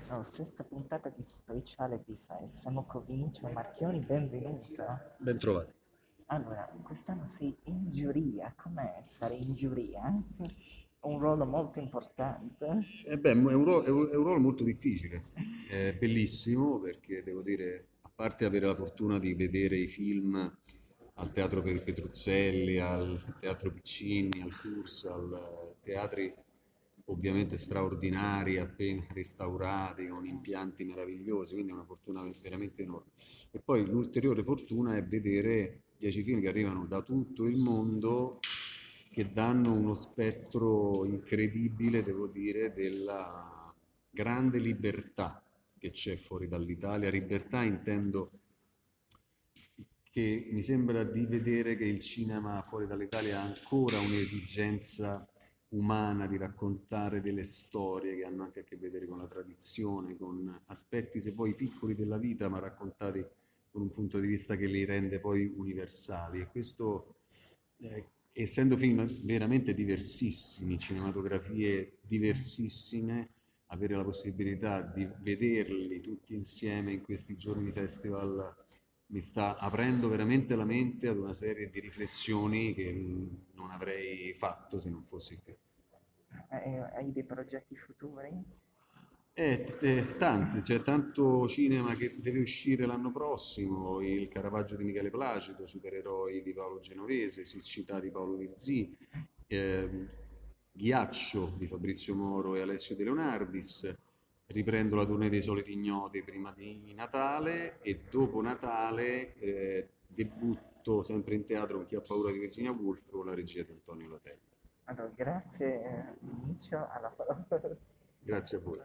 Oh, sesta puntata di Speciale BFS. Siamo con Vinicio Marchioni, benvenuto. Ben trovati. Allora, quest'anno sei in giuria. Com'è stare in giuria? Un ruolo molto importante. È un ruolo molto difficile, è bellissimo perché devo dire, a parte avere la fortuna di vedere i film al Teatro Petruzzelli, al Teatro Piccini, al Cursal, teatri ovviamente straordinari, appena restaurati, con impianti meravigliosi, quindi è una fortuna veramente enorme. E poi l'ulteriore fortuna è vedere 10 film che arrivano da tutto il mondo che danno uno spettro incredibile, devo dire, della grande libertà che c'è fuori dall'Italia. Libertà intendo che mi sembra di vedere che il cinema fuori dall'Italia ha ancora un'esigenza umana di raccontare delle storie che hanno anche a che vedere con la tradizione, con aspetti, se vuoi, piccoli della vita, ma raccontati con un punto di vista che li rende poi universali. E questo, essendo film veramente diversissimi, cinematografie diversissime, avere la possibilità di vederli tutti insieme in questi giorni di festival mi sta aprendo veramente la mente ad una serie di riflessioni che non avrei fatto se non fossi qui. Hai dei progetti futuri? Tanti, c'è tanto cinema che deve uscire l'anno prossimo, il Caravaggio di Michele Placido, Supereroi di Paolo Genovese, Siccità di Paolo Virzì, ehm, Ghiaccio di Fabrizio Moro e Alessio De Leonardis. Riprendo la tournée dei Soliti Ignoti prima di Natale e dopo Natale debutto sempre in teatro con Chi ha paura di Virginia Woolf con la regia di Antonio Latella. Allora, grazie Vinicio, alla parola. Grazie a voi.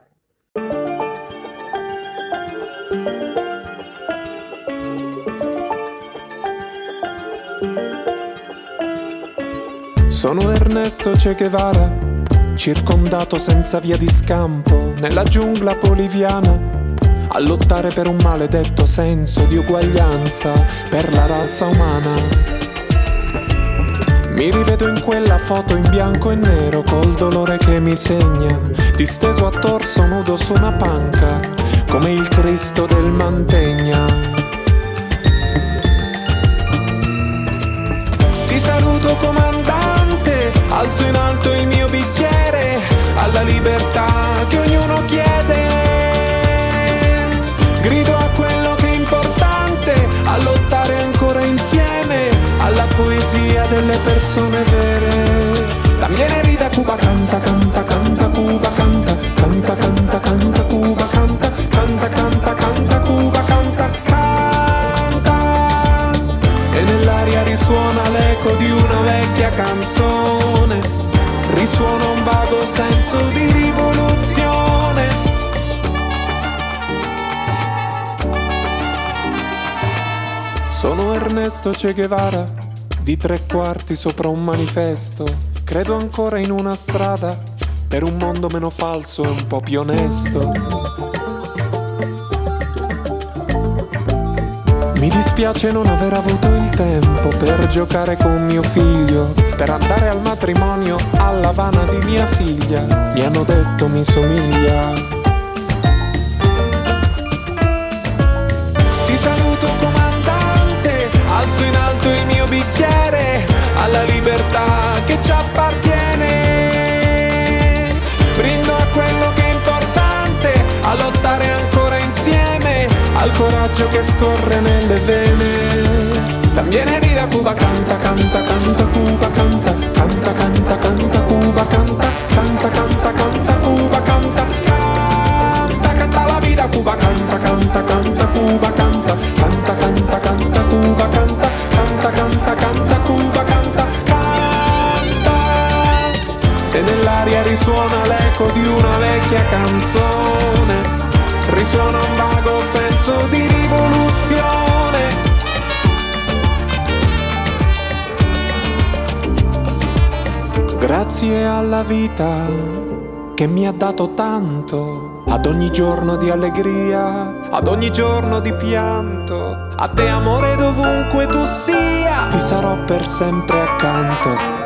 Sono Ernesto Che Guevara, circondato senza via di scampo nella giungla boliviana, a lottare per un maledetto senso di uguaglianza per la razza umana. Mi rivedo in quella foto in bianco e nero col dolore che mi segna, disteso a torso nudo su una panca come il Cristo del Mantegna. Ti saluto comandante, alzo in alto il mio bicchiere alla libertà che ognuno chiede. Grido a quello che è importante, a lottare ancora insieme alla poesia delle persone vere. También herida Cuba canta, canta, canta, Cuba canta, canta, canta, canta, Cuba canta, canta, canta, canta, Cuba canta, canta. E nell'aria risuona l'eco di una vecchia canzone, risuona un vago senso di rivoluzione. Sono Ernesto Che Guevara, di 3/4 sopra un manifesto. Credo ancora in una strada per un mondo meno falso e un po' più onesto. Mi dispiace non aver avuto il tempo per giocare con mio figlio, per andare al matrimonio alla Havana di mia figlia. Mi hanno detto mi somiglia. Ti saluto comandante, alzo in alto il mio bicchiere alla libertà che ci appartiene. Brindo a quello che è importante, a lottare ancora insieme al coraggio che scorre nelle vene. También herida Cuba canta, canta, canta, Cuba canta, canta, canta, canta, Cuba canta, canta, canta, canta, Cuba canta, canta, canta la vida Cuba canta, canta, canta, Cuba canta, canta, canta, canta, Cuba canta, canta, canta, canta, Cuba canta, canta. E nell'aria risuona l'eco di una vecchia canzone, risuona un vago senso di rivoluzione. Grazie alla vita che mi ha dato tanto, ad ogni giorno di allegria, ad ogni giorno di pianto. A te amore dovunque tu sia, ti sarò per sempre accanto.